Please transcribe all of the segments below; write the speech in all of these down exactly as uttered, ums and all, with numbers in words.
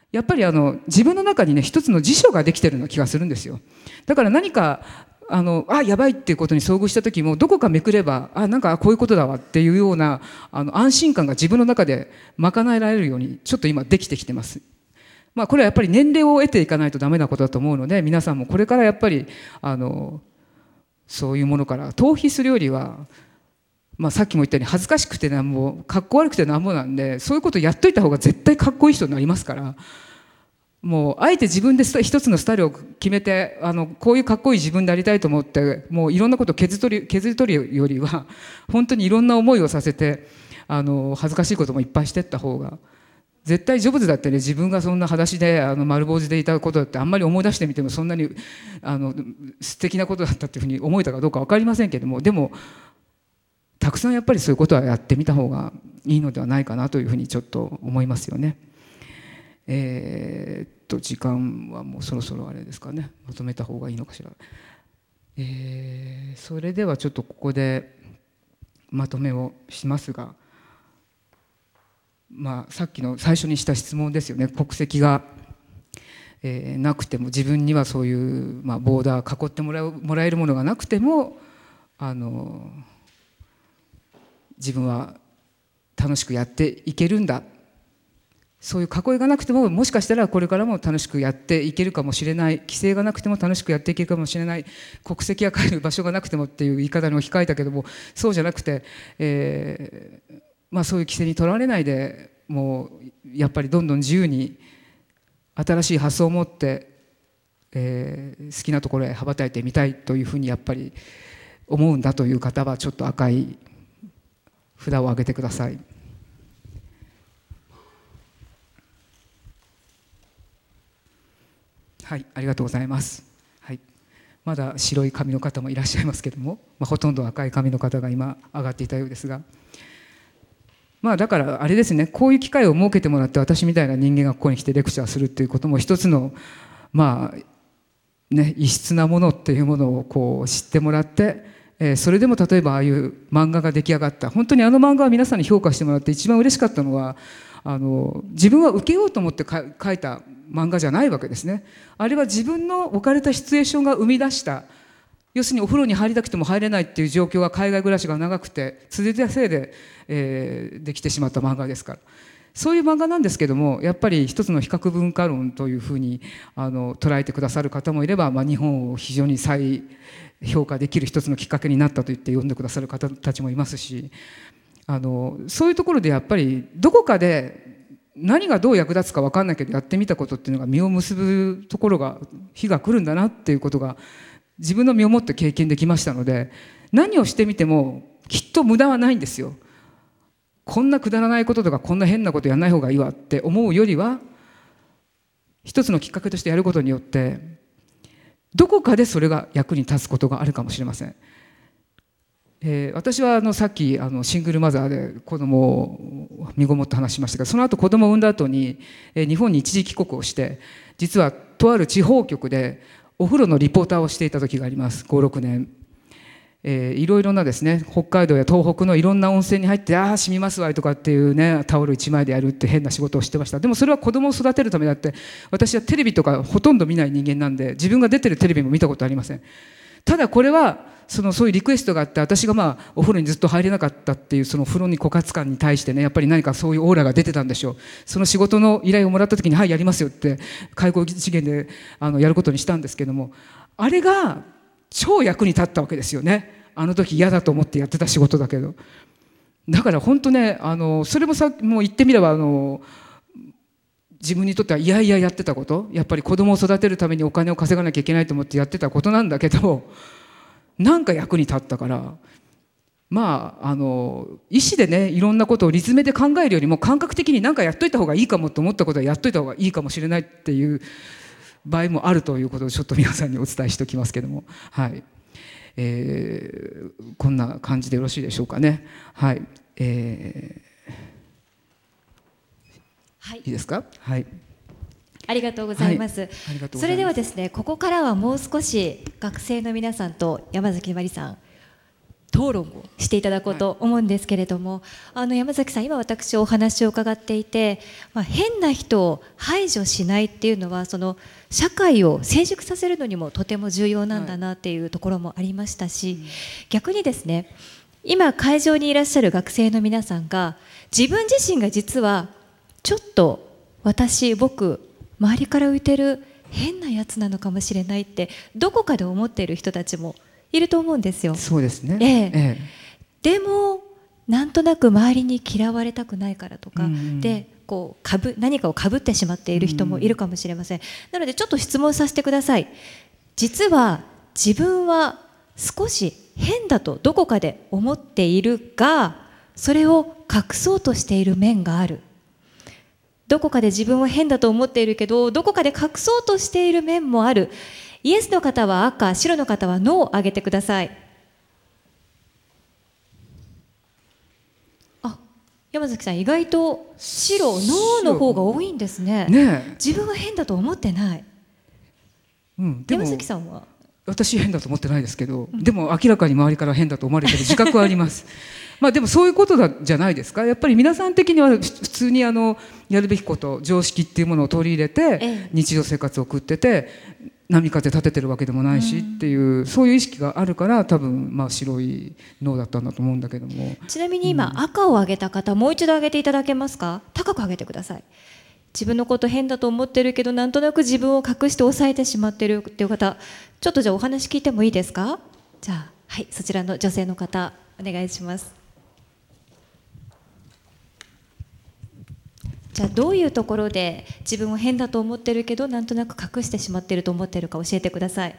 やっぱりあの自分の中にね一つの辞書ができてるような気がするんですよ。だから何かあのあやばいっていうことに遭遇した時もどこかめくればあなんかこういうことだわっていうようなあの安心感が自分の中で賄えられるようにちょっと今できてきてます。まあこれはやっぱり年齢を得ていかないとダメなことだと思うので、皆さんもこれからやっぱりあのそういうものから逃避するよりは、まあ、さっきも言ったように恥ずかしくてなんぼかっこ悪くてなんぼなんで、そういうことやっといた方が絶対かっこいい人になりますから、もうあえて自分で一つのスタイルを決めてあのこういうかっこいい自分でありたいと思ってもういろんなことを削り取り削り取るよりは本当にいろんな思いをさせてあの恥ずかしいこともいっぱいしていった方が、絶対ジョブズだってね自分がそんな裸足であの丸坊主でいたことだってあんまり思い出してみてもそんなにあの素敵なことだったっていうふうに思えたかどうか分かりませんけども、でもたくさんやっぱりそういうことはやってみた方がいいのではないかなというふうにちょっと思いますよね。えー、っと時間はもうそろそろあれですかね、まとめた方がいいのかしら。えー、それではちょっとここでまとめをしますが、まあ、さっきの最初にした質問ですよね。国籍が、えー、なくても自分にはそういう、まあ、ボーダー囲ってもらう、もらえるものがなくてもあの自分は楽しくやっていけるんだ、そういう囲いがなくてももしかしたらこれからも楽しくやっていけるかもしれない、規制がなくても楽しくやっていけるかもしれない、国籍が変える場所がなくてもっていう言い方に置き換えたけども、そうじゃなくて、えーまあ、そういう規制にとらわれないでもうやっぱりどんどん自由に新しい発想を持って、えー、好きなところへ羽ばたいてみたいというふうにやっぱり思うんだという方はちょっと赤い札を上げてください。はい、ありがとうございます。はい、まだ白い髪の方もいらっしゃいますけども、まあ、ほとんど赤い髪の方が今上がっていたようですが、まあだからあれですね、こういう機会を設けてもらって私みたいな人間がここに来てレクチャーするっていうことも一つのまあね異質なものっていうものをこう知ってもらって、えー、それでも例えばああいう漫画が出来上がった、本当にあの漫画は皆さんに評価してもらって一番嬉しかったのは、あの自分は受けようと思ってか書いた漫画じゃないわけですね。あれは自分の置かれたシチュエーションが生み出した、要するにお風呂に入りたくても入れないっていう状況が海外暮らしが長くて続いたせいで、えー、できてしまった漫画ですから、そういう漫画なんですけども、やっぱり一つの比較文化論というふうにあの捉えてくださる方もいれば、まあ、日本を非常に再評価できる一つのきっかけになったと言って読んでくださる方たちもいますし、あのそういうところでやっぱりどこかで何がどう役立つか分かんないけどやってみたことっていうのが実を結ぶところが日が来るんだなっていうことが自分の身をもって経験できましたので、何をしてみてもきっと無駄はないんですよ。こんなくだらないこととかこんな変なことやらない方がいいわって思うよりは、一つのきっかけとしてやることによってどこかでそれが役に立つことがあるかもしれません。えー、私はあのさっきあのシングルマザーで子供を身ごもって話しましたが、その後子供を産んだ後に、えー、日本に一時帰国をして、実はとある地方局でお風呂のリポーターをしていた時があります。ご、ろくねん、えー、いろいろなですね、北海道や東北のいろんな温泉に入って、ああ染みますわいとかっていうね、タオル一枚でやるって変な仕事をしてました。でもそれは子供を育てるためだって、私はテレビとかほとんど見ない人間なんで自分が出てるテレビも見たことありません。ただこれはそのそういうリクエストがあって、私がまあお風呂にずっと入れなかったっていう、その風呂に枯渇感に対してね、やっぱり何かそういうオーラが出てたんでしょう。その仕事の依頼をもらった時に、はいやりますよって介護資源であのやることにしたんですけども、あれが超役に立ったわけですよね。あの時嫌だと思ってやってた仕事だけど。だから本当ね、あのそれもさもう言ってみればあの自分にとってはいやいややってたこと、やっぱり子供を育てるためにお金を稼がなきゃいけないと思ってやってたことなんだけど、なんか役に立ったから、まああの意思でねいろんなことを理詰めで考えるよりも感覚的に何かやっといた方がいいかもと思ったことはやっといた方がいいかもしれないっていう場合もあるということをちょっと皆さんにお伝えしておきますけども、はい、えー、こんな感じでよろしいでしょうかね。はい、えーはい、いいですか。はい、 ありがとうございます。はい、ますそれではですね、ここからはもう少し学生の皆さんと山崎まりさん、 討論をしていただこうと思うんですけれども、はい、あの山崎さん、今私お話を伺っていて、まあ、変な人を排除しないっていうのはその社会を成熟させるのにもとても重要なんだなっていうところもありましたし、はい、逆にですね、今会場にいらっしゃる学生の皆さんが自分自身が実はちょっと私僕周りから浮いてる変なやつなのかもしれないってどこかで思っている人たちもいると思うんですよ。 そうですね、 ええええ、でもなんとなく周りに嫌われたくないからとか、うんうん、でこうかぶ何かをかぶってしまっている人もいるかもしれません、うんうん、なのでちょっと質問させてください。実は自分は少し変だとどこかで思っているが、それを隠そうとしている面がある。どこかで自分は変だと思っているけど、どこかで隠そうとしている面もある。イエスの方は赤、白の方はノーを挙げてください。あ、山崎さん、意外と白、ノーの方が多いんですね。ね、自分は変だと思ってない。うん、でも山崎さんは私変だと思ってないですけど、うん、でも明らかに周りから変だと思われてる自覚はありますまあでもそういうことだじゃないですか。やっぱり皆さん的には普通にあのやるべきこと常識っていうものを取り入れて日常生活を送ってて、波風立ててるわけでもないしっていう、うん、そういう意識があるから多分まあ白い脳だったんだと思うんだけども。 ちなみに今、うん、赤を挙げた方もう一度挙げていただけますか。高く挙げてください。自分のこと変だと思ってるけどなんとなく自分を隠して抑えてしまってるっていう方、ちょっとじゃあお話聞いてもいいですか。じゃあはい、そちらの女性の方お願いします。じゃあどういうところで自分を変だと思ってるけどなんとなく隠してしまってると思ってるか教えてください。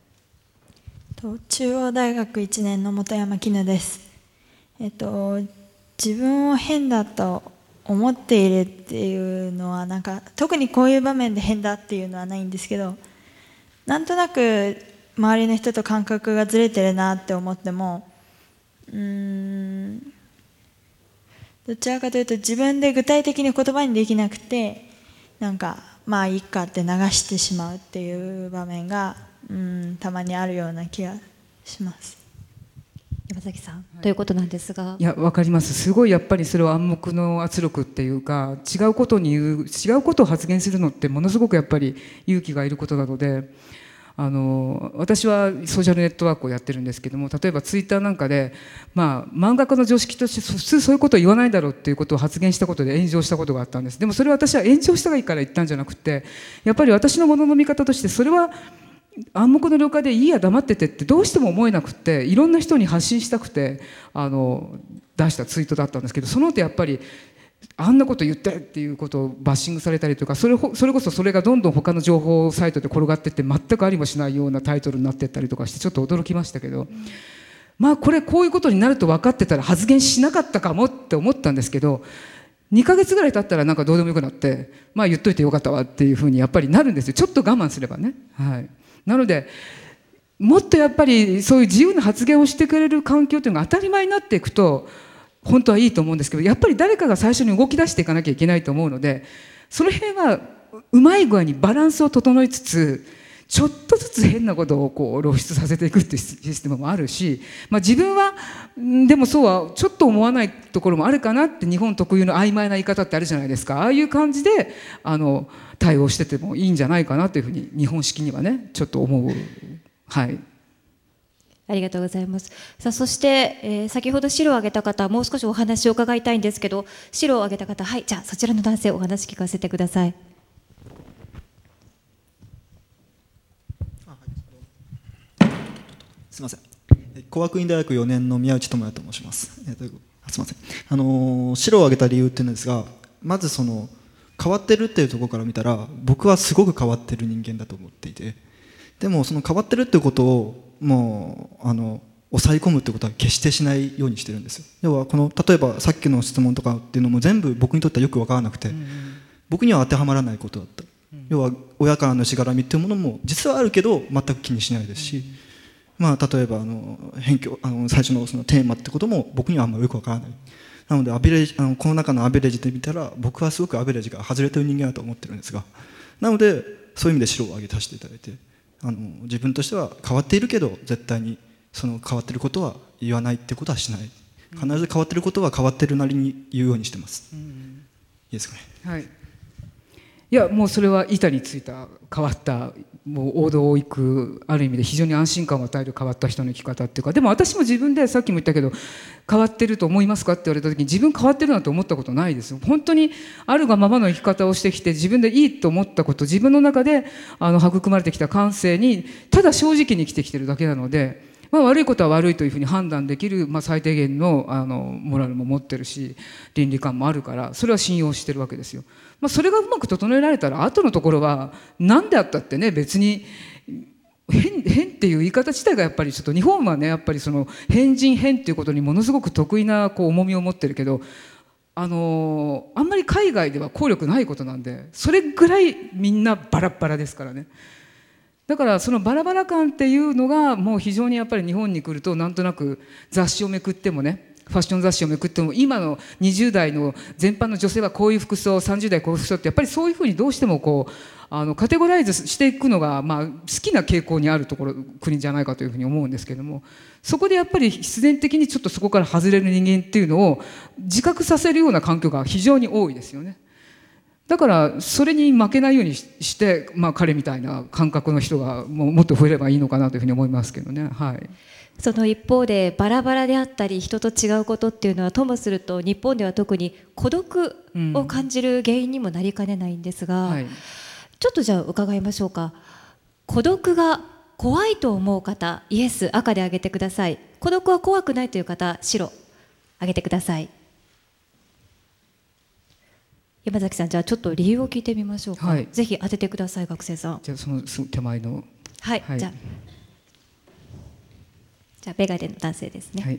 中央大学いちねんの本山絹です。えっと自分を変だと思っているっていうのはなんか特にこういう場面で変だっていうのはないんですけど、なんとなく周りの人と感覚がずれてるなって思っても、うーんどちらかというと自分で具体的に言葉にできなくて、なんかまあいいかって流してしまうっていう場面がうんたまにあるような気がします。 山崎さん、はい、ということなんですが、 いや分かります。すごいやっぱりそれは暗黙の圧力っていうか、違うことに言う違うことを発言するのってものすごくやっぱり勇気がいることなので、あの私はソーシャルネットワークをやってるんですけども、例えばツイッターなんかで、まあ、漫画家の常識として普通そういうことを言わないだろうっていうことを発言したことで炎上したことがあったんです。でもそれは私は炎上したがいいから言ったんじゃなくて、やっぱり私のものの見方としてそれは暗黙の了解でいいや黙っててってどうしても思えなくて、いろんな人に発信したくてあの出したツイートだったんですけど、その後やっぱりあんなこと言ってっていうことをバッシングされたりとか、それそれこそそれがどんどん他の情報サイトで転がっていって全くありもしないようなタイトルになっていったりとかしてちょっと驚きましたけど、まあこれこういうことになると分かってたら発言しなかったかもって思ったんですけど、にかげつぐらい経ったらなんかどうでもよくなって、まあ言っといてよかったわっていうふうにやっぱりなるんですよ。ちょっと我慢すればね。はい。なのでもっとやっぱりそういう自由な発言をしてくれる環境というのが当たり前になっていくと本当はいいと思うんですけど、やっぱり誰かが最初に動き出していかなきゃいけないと思うので、その辺はうまい具合にバランスを整えつつ、ちょっとずつ変なことをこう露出させていくっていうシステムもあるし、まあ、自分はでもそうはちょっと思わないところもあるかなって、日本特有の曖昧な言い方ってあるじゃないですか。ああいう感じであの対応しててもいいんじゃないかなというふうに日本式にはねちょっと思う。はい、 ありがとうございます。さあそして、えー、先ほど白を挙げた方、もう少しお話を伺いたいんですけど、白を挙げた方、はい、じゃあそちらの男性お話聞かせてください。 すみません。工学院大学よねんの宮内智也と申します。えー、とすみません。あのー、白を挙げた理由っていうんですが、まずその変わってるっていうところから見たら、僕はすごく変わってる人間だと思っていて、でもその変わってるっていうことをもうあの抑え込むってことは決してしないようにしてるんですよ。要はこの例えばさっきの質問とかっていうのも全部僕にとってはよく分からなくて、うんうん、僕には当てはまらないことだった、うん、要は親からのしがらみっていうものも実はあるけど全く気にしないですし、うん、まあ、例えばあの辺境あの最初 の, そのテーマってことも僕にはあんまりよく分からない。なのでアベレージあのこの中のアベレージで見たら僕はすごくアベレージが外れてる人間だと思ってるんですが、なのでそういう意味で白を挙げさせていただいて、あの自分としては変わっているけど絶対にその変わっていることは言わないってことはしない。必ず変わってることは変わってるなりに言うようにしてます、うん、いいですかね。 はい、いやもうそれは板についた変わったもう王道を行くある意味で非常に安心感を与える変わった人の生き方っていうか、でも私も自分でさっきも言ったけど変わってると思いますかって言われた時に自分変わってるなんて思ったことないですよ。本当にあるがままの生き方をしてきて自分でいいと思ったこと、自分の中であの育まれてきた感性にただ正直に生きてきてるだけなので、まあ、悪いことは悪いというふうに判断できる、まあ、最低限 の, あのモラルも持ってるし倫理観もあるからそれは信用してるわけですよ。まあ、それがうまく整えられたら後のところは何であったってね別に 変, 変っていう言い方自体がやっぱりちょっと日本はねやっぱりその変人変っていうことにものすごく得意なこう重みを持ってるけど、あのー、あんまり海外では効力ないことなんでそれぐらいみんなバラバラですからね。だからそのバラバラ感っていうのがもう非常にやっぱり日本に来るとなんとなく雑誌をめくってもねファッション雑誌をめくっても今のにじゅう代の全般の女性はこういう服装さんじゅう代こういう服装ってやっぱりそういうふうにどうしてもこうあのカテゴライズしていくのがまあ好きな傾向にあるところ国じゃないかというふうに思うんですけども、そこでやっぱり必然的にちょっとそこから外れる人間っていうのを自覚させるような環境が非常に多いですよね。だからそれに負けないようにして、まあ、彼みたいな感覚の人がもうもっと増えればいいのかなというふうに思いますけどね。はい、 その一方でバラバラであったり人と違うことっていうのはともすると日本では特に孤独を感じる原因にもなりかねないんですが、うんはい、ちょっとじゃあ伺いましょうか。孤独が怖いと思う方イエス赤で挙げてください。孤独は怖くないという方白挙げてください。山崎さんじゃあちょっと理由を聞いてみましょうか、はい、ぜひ当ててください学生さん。 じゃあその手前のはい、はい、じゃあじゃあベガレの男性ですね。はい、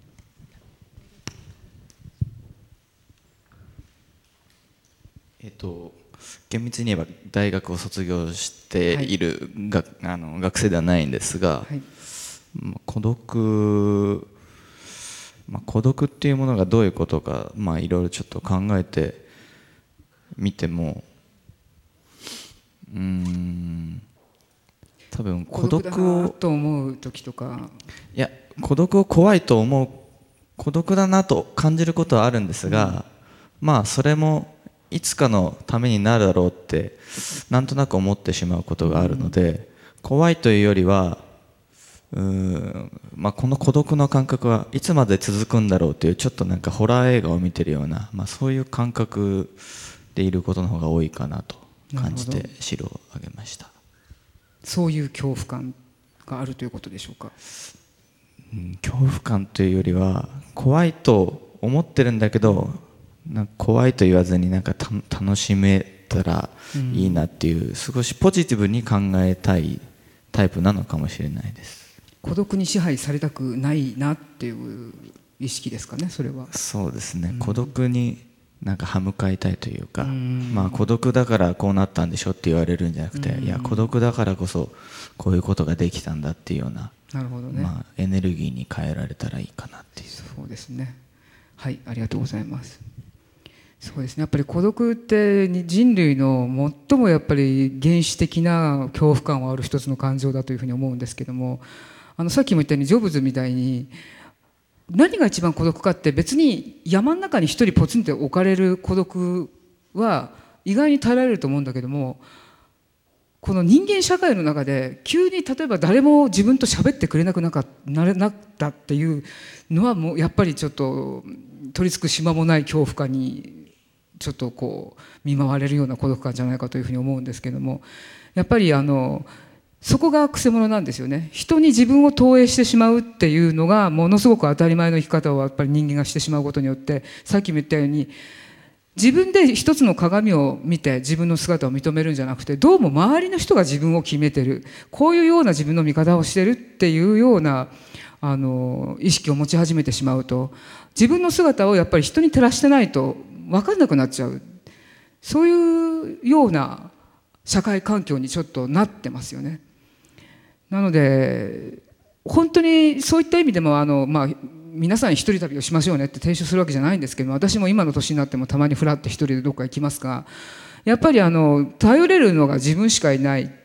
えっと厳密に言えば大学を卒業しているが、はい、あの学生ではないんですが、はい、孤独、まあ、孤独っていうものがどういうことか、まあ、いろいろちょっと考えてみてもうーん多分孤独を孤独だなと思う時とかいや孤独を怖いと思う孤独だなと感じることはあるんですが、うん、まあそれもいつかのためになるだろうってなんとなく思ってしまうことがあるので、うん、怖いというよりはうーん、まあ、この孤独の感覚はいつまで続くんだろうというちょっとなんかホラー映画を見てるような、まあ、そういう感覚でいることの方が多いかなと感じて白を挙げました。 そういう恐怖感があるということでしょうか。 うん、恐怖感というよりは怖いと思ってるんだけどなんか怖いと言わずになんかた楽しめたらいいなっていう、うん、少しポジティブに考えたいタイプなのかもしれないです。 孤独に支配されたくないなっていう意識ですかね。それはそうですね、うん、孤独になんか歯向かいたいというか、うん、まあ孤独だからこうなったんでしょって言われるんじゃなくて、うん、いや孤独だからこそこういうことができたんだっていうような、 なるほどね、 まあ、エネルギーに変えられたらいいかなっていう。 そうですね、はい、ありがとうございます。そうですね、やっぱり孤独って人類の最もやっぱり原始的な恐怖感をある一つの感情だというふうに思うんですけども、あのさっきも言ったようにジョブズみたいに何が一番孤独かって別に山の中に一人ポツンって置かれる孤独は意外に耐えられると思うんだけども、この人間社会の中で急に例えば誰も自分と喋ってくれなくなかなれなったっていうのはもうやっぱりちょっと取り付く島もない恐怖感にちょっとこう見舞われるような孤独感じゃないかというふうに思うんですけども、やっぱりあのそこがくせ者なんですよね。人に自分を投影してしまうっていうのがものすごく当たり前の生き方をやっぱり人間がしてしまうことによって、さっきも言ったように自分で一つの鏡を見て自分の姿を認めるんじゃなくて、どうも周りの人が自分を決めてる、こういうような自分の見方をしてるっていうようなあの意識を持ち始めてしまうと、自分の姿をやっぱり人に照らしてないと分かんなくなっちゃう、そういうような社会環境にちょっとなってますよね。なので本当にそういった意味でもあの、まあ、皆さん一人旅をしましょうねって提唱するわけじゃないんですけども、私も今の年になってもたまにフラッと一人でどっか行きますが、やっぱりあの頼れるのが自分しかいないって、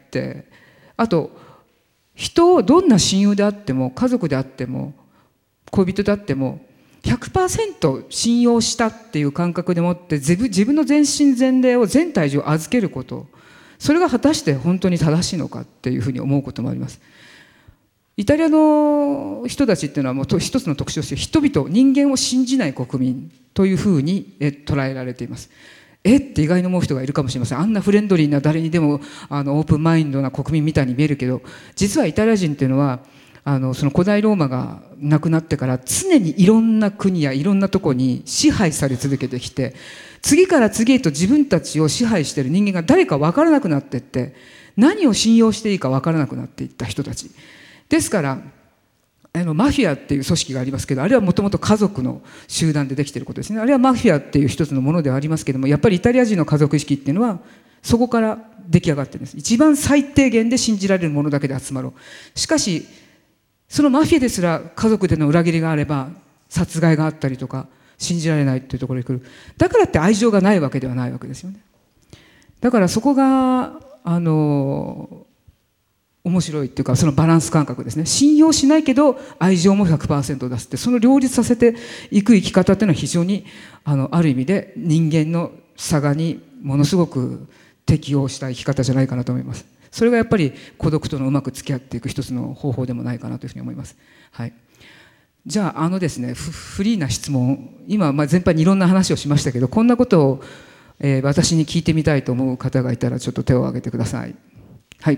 あと人をどんな親友であっても家族であっても恋人であっても ひゃくパーセント 信用したっていう感覚でもって自分自分の全身全霊を全体重を預けること、それが果たして本当に正しいのかっていうふうに思うこともあります。イタリアの人たちっていうのはもう一つの特徴として人々人間を信じない国民というふうに捉えられています。えって意外に思う人がいるかもしれません。あんなフレンドリーな誰にでもあのオープンマインドな国民みたいに見えるけど、実はイタリア人っていうのはあのその古代ローマがなくなってから常にいろんな国やいろんなところに支配され続けてきて、次から次へと自分たちを支配している人間が誰か分からなくなっていって、何を信用していいか分からなくなっていった人たちですから、あのマフィアっていう組織がありますけど、あれはもともと家族の集団でできていることですね。あれはマフィアっていう一つのものではありますけども、やっぱりイタリア人の家族意識っていうのはそこから出来上がっているんです。一番最低限で信じられるものだけで集まろう。しかしそのマフィアですら家族での裏切りがあれば殺害があったりとか信じられないっていうところに来る。だからって愛情がないわけではないわけですよね。だからそこがあの面白いっていうか、そのバランス感覚ですね。信用しないけど愛情も ひゃくパーセント 出すって、その両立させていく生き方っていうのは非常に あのある意味で人間の差がにものすごく適応した生き方じゃないかなと思います。それがやっぱり孤独とのうまく付き合っていく一つの方法でもないかなというふうに思います。はい、じゃああのですねフ、フリーな質問、今まあ全般にいろんな話をしましたけど、こんなことを、えー、私に聞いてみたいと思う方がいたらちょっと手を挙げてください。はい。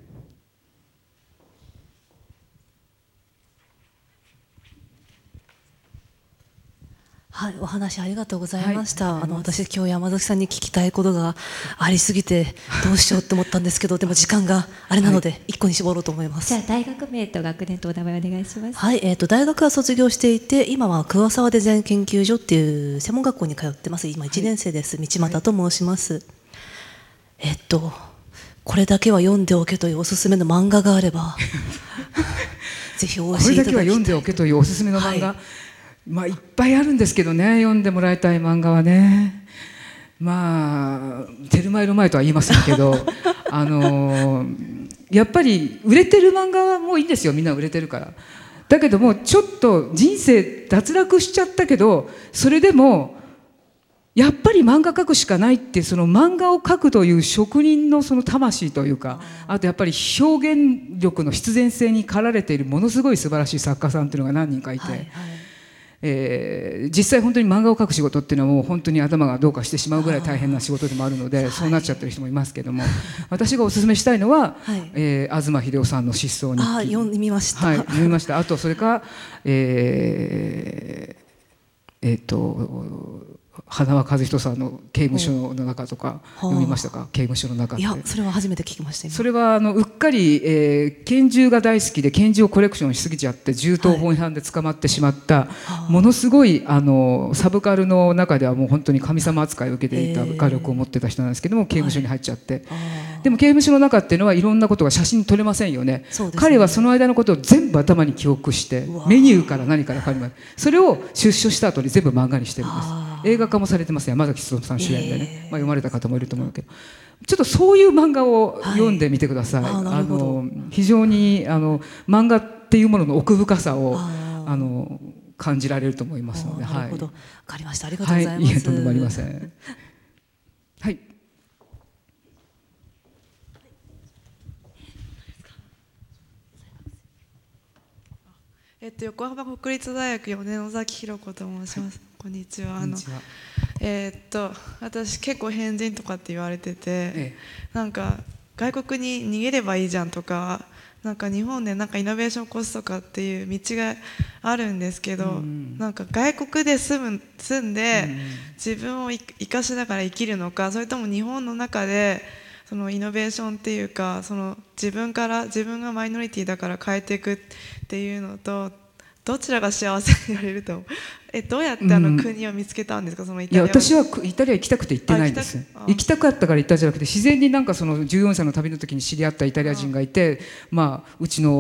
はい、お話ありがとうございました。はい、あの私今日山崎さんに聞きたいことがありすぎてどうしようって思ったんですけど、でも時間があれなので一個に絞ろうと思います。 じゃあ大学名と学年とお名前お願いします。 はい、えっと大学は卒業していて、今は桑沢デザイン研究所っていう専門学校に通ってます。今いちねん生です。道又と申します。はい、えっとこれだけは読んでおけというおすすめの漫画があればぜひお教えいただきたい。 これだけは読んでおけというおすすめの漫画。はい、まあ、いっぱいあるんですけどね、読んでもらいたい漫画はね。まあテルマエロマエとは言いませんけどあのやっぱり売れてる漫画はもういいんですよ、みんな売れてるから。だけどもちょっと人生脱落しちゃったけど、それでもやっぱり漫画描くしかないって、その漫画を描くという職人のその魂というか、あとやっぱり表現力の必然性に駆られているものすごい素晴らしい作家さんっていうのが何人かいて、はいはい、えー、実際本当に漫画を描く仕事っていうのはもう本当に頭がどうかしてしまうぐらい大変な仕事でもあるので、そうなっちゃってる人もいますけども、はい、私がお勧めしたいのは、はい、えー、東秀夫さんの失踪日記。 あ、読みました。 はい、読みました。あとそれから、えーえー、と花輪和人さんの刑務所の中とか読みましたか？刑務所の中って。 いや、それは初めて聞きました。 それはあのうっかり、えー、拳銃が大好きで拳銃をコレクションしすぎちゃって銃刀法違反で捕まってしまった、はい、ものすごいあのサブカルの中ではもう本当に神様扱いを受けていた画力を持ってた人なんですけども、刑務所に入っちゃって、はい、でも刑務所の中っていうのはいろんなことが写真撮れませんよね。そうですね。彼はその間のことを全部頭に記憶してメニューから何からかまでそれを出所した後に全部漫画にしてるんです。映画化もされてます。山崎努さん主演でね、まあ、読まれた方もいると思うけど、ちょっとそういう漫画を読んでみてください。はい、ああの非常にあの漫画っていうものの奥深さをあの感じられると思いますので。 なるほど、わかりました。ありがとうございます。 はい、いえ、とんでもありません。はい。 えっと、横浜国立大学よねん尾崎弘子と申します。はい、こんにちは。あのえー、っと私結構変人とかって言われてて、ええ、なんか外国に逃げればいいじゃんとか、なんか日本でなんかイノベーション起こすとかっていう道があるんですけど、うん、なんか外国で住む住んで、うん、自分を生かしながら生きるのか、それとも日本の中でそのイノベーションっていうか、その自分から自分がマイノリティだから変えていくっていうのと、どちらが幸せになれると思う？え、どうやってあの国を見つけたんですか？そのイタリア。 いや、私はイタリア行きたくて行ってないんです。行きたかったから行ったんじゃなくて、自然になんかそのじゅうよんさいの旅の時に知り合ったイタリア人がいて、まあうちの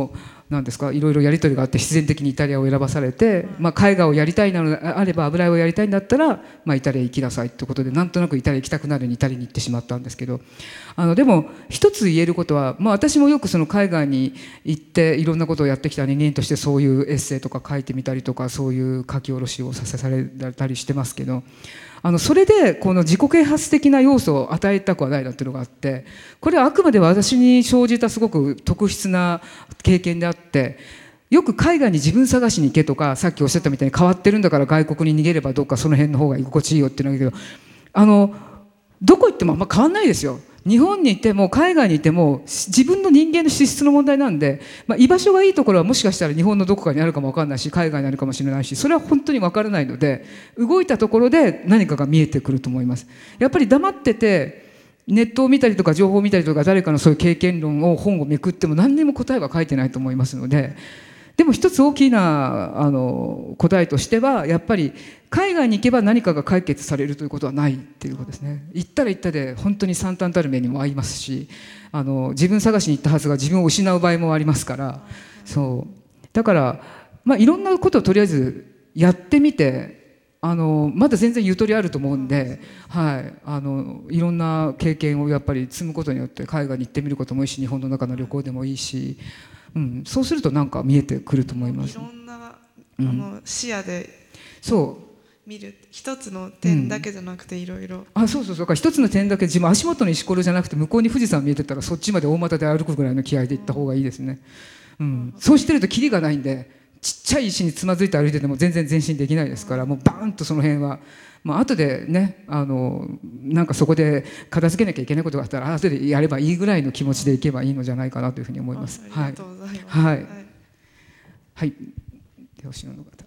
なんですか、いろいろやり取りがあって必然的にイタリアを選ばされて、まあ、絵画をやりたいのであれば油絵をやりたいんだったら、まあ、イタリア行きなさいということでなんとなくイタリア行きたくなるようにイタリアに行ってしまったんですけど、あのでも一つ言えることは、まあ、私もよくその海外に行っていろんなことをやってきた人間としてそういうエッセイとか書いてみたりとかそういう書き下ろしをさせられたりしてますけど、あのそれでこの自己啓発的な要素を与えたくはないなっていうのがあって、これはあくまで私に生じたすごく特筆な経験であって、よく海外に自分探しに行けとか、さっきおっしゃったみたいに変わってるんだから外国に逃げればどっかその辺の方が居心地いいよっていうのだけど、あのどこ行ってもあんま変わんないですよ。日本にいても海外にいても自分の人間の資質の問題なんで、まあ、居場所がいいところはもしかしたら日本のどこかにあるかも分かんないし海外にあるかもしれないし、それは本当に分からないので、動いたところで何かが見えてくると思います。やっぱり黙っててネットを見たりとか情報を見たりとか誰かのそういう経験論を本をめくっても何にも答えは書いてないと思いますので、でも一つ大きなあの答えとしてはやっぱり海外に行けば何かが解決されるということはないっていうことですね。行ったら行ったで本当に惨憺たる目にも遭いますし、あの自分探しに行ったはずが自分を失う場合もありますから、そうだから、まあ、いろんなことをとりあえずやってみて、あのまだ全然ゆとりあると思うんで、はい、あのいろんな経験をやっぱり積むことによって海外に行ってみることもいいし、日本の中の旅行でもいいし、うん、そうするとなんか見えてくると思います。 いろんなあの視野でそう見る、一つの点だけじゃなくていろいろ、 あ、そうそうそうか、一つの点だけ自分足元の石ころじゃなくて向こうに富士山見えてたらそっちまで大股で歩くぐらいの気合で行った方がいいですね、うん、そうしてるとキリがないんで、ちっちゃい石につまずいて歩いてても全然前進できないですから、もうバーンとその辺は、まあ後でね、あのなんかそこで片付けなきゃいけないことがあったら後でやればいいぐらいの気持ちでいけばいいのじゃないかなというふうに思います。 ありがとうございます。 はい、はいはい、で後ろの方。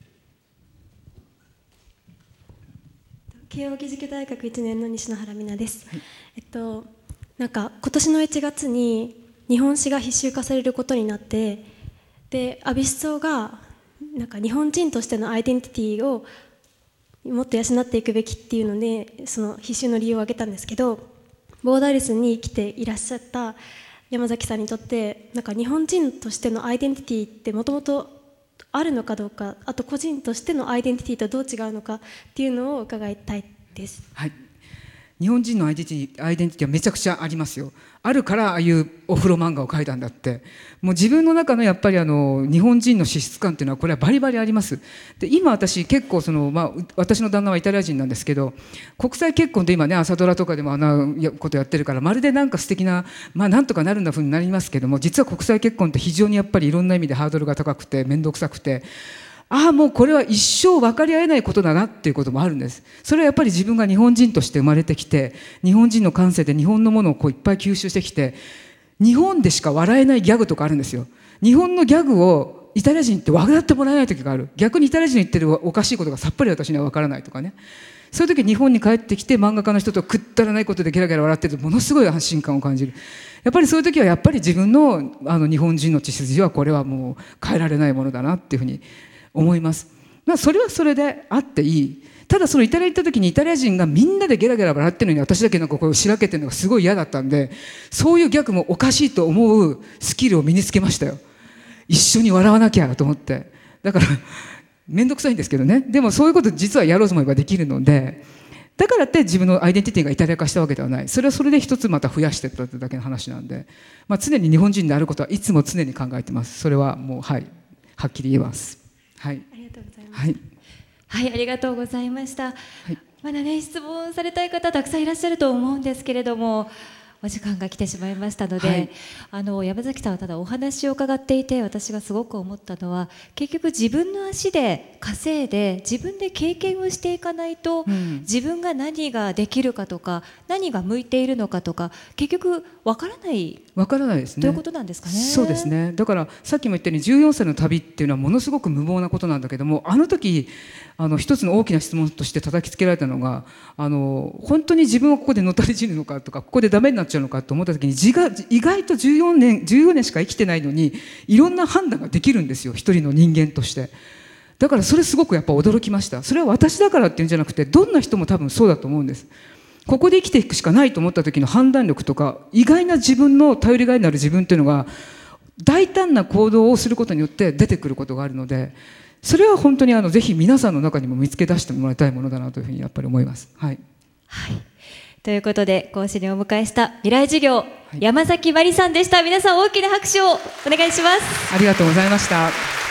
慶應義塾大学いちねんの西野原美奈です、はい、えっとなんか今年のいちがつに日本史が必修化されることになって、で安倍首相がなんか日本人としてのアイデンティティをもっと養っていくべきっていうので、その必修の理由を挙げたんですけど、ボーダーレスに来ていらっしゃった山崎さんにとってなんか日本人としてのアイデンティティってもともとあるのかどうか、あと個人としてのアイデンティティとどう違うのかっていうのを伺いたいです。 はい、日本人のアイデンティティ、アイデンティティはめちゃくちゃありますよ。あるからああいうお風呂漫画を描いたんだって、もう自分の中のやっぱりあの日本人の資質感っていうのはこれはバリバリあります。で今私結構その、まあ、私の旦那はイタリア人なんですけど、国際結婚で今ね朝ドラとかでもあんなことやってるからまるでなんか素敵な、まあなんとかなるんだふうになりますけども、実は国際結婚って非常にやっぱりいろんな意味でハードルが高くて面倒くさくて、ああもうこれは一生分かり合えないことだなっていうこともあるんです。それはやっぱり自分が日本人として生まれてきて、日本人の感性で日本のものをこういっぱい吸収してきて、日本でしか笑えないギャグとかあるんですよ。日本のギャグをイタリア人って笑ってもらえない時がある。逆にイタリア人の言ってるおかしいことがさっぱり私には分からないとかね、そういう時日本に帰ってきて漫画家の人とくったらないことでゲラゲラ笑ってるとものすごい安心感を感じる。やっぱりそういう時はやっぱり自分のあの日本人の血筋はこれはもう変えられないものだなっていうふうに思います。まあ、それはそれであっていい。ただそのイタリア行った時にイタリア人がみんなでゲラゲラ笑ってるのに私だけなんかこうしらけてるのがすごい嫌だったんで、そういうギャグもおかしいと思うスキルを身につけましたよ。一緒に笑わなきゃと思って。だから面倒くさいんですけどね、でもそういうこと実はやろうと思えばできるので、だからって自分のアイデンティティがイタリア化したわけではない。それはそれで一つまた増やしていっただけの話なんで、まあ、常に日本人であることはいつも常に考えてます。それはもうはいはっきり言えます。はい、 ありがとうございます。 はい、 はい、ありがとうございました。 はい、 まだね質問されたい方たくさんいらっしゃると思うんですけれども、お時間が来てしまいましたので、はい、あの山崎さんはただお話を伺っていて私がすごく思ったのは、結局自分の足で稼いで自分で経験をしていかないと、うん、自分が何ができるかとか何が向いているのかとか結局わからないわからないですね。 ということなんですかね。 そうですね。だからさっきも言ったようにじゅうよんさいの旅っていうのはものすごく無謀なことなんだけども、あの時あの一つの大きな質問として叩きつけられたのが、あの本当に自分はここでのたれ死ぬのかとかここでダメになっちゃうのかと思った時に、自が意外とじゅうよねんじゅうよねんしか生きてないのにいろんな判断ができるんですよ、一人の人間として。だからそれすごくやっぱ驚きました。それは私だからっていうんじゃなくて、どんな人も多分そうだと思うんです。ここで生きていくしかないと思った時の判断力とか、意外な自分の頼りがいになる自分っていうのが大胆な行動をすることによって出てくることがあるので、それは本当にあのぜひ皆さんの中にも見つけ出してもらいたいものだなというふうにやっぱり思います。はい、 はい、ということで講師にお迎えした未来授業、はい、山崎まりさんでした。皆さん大きな拍手をお願いします。 ありがとうございました。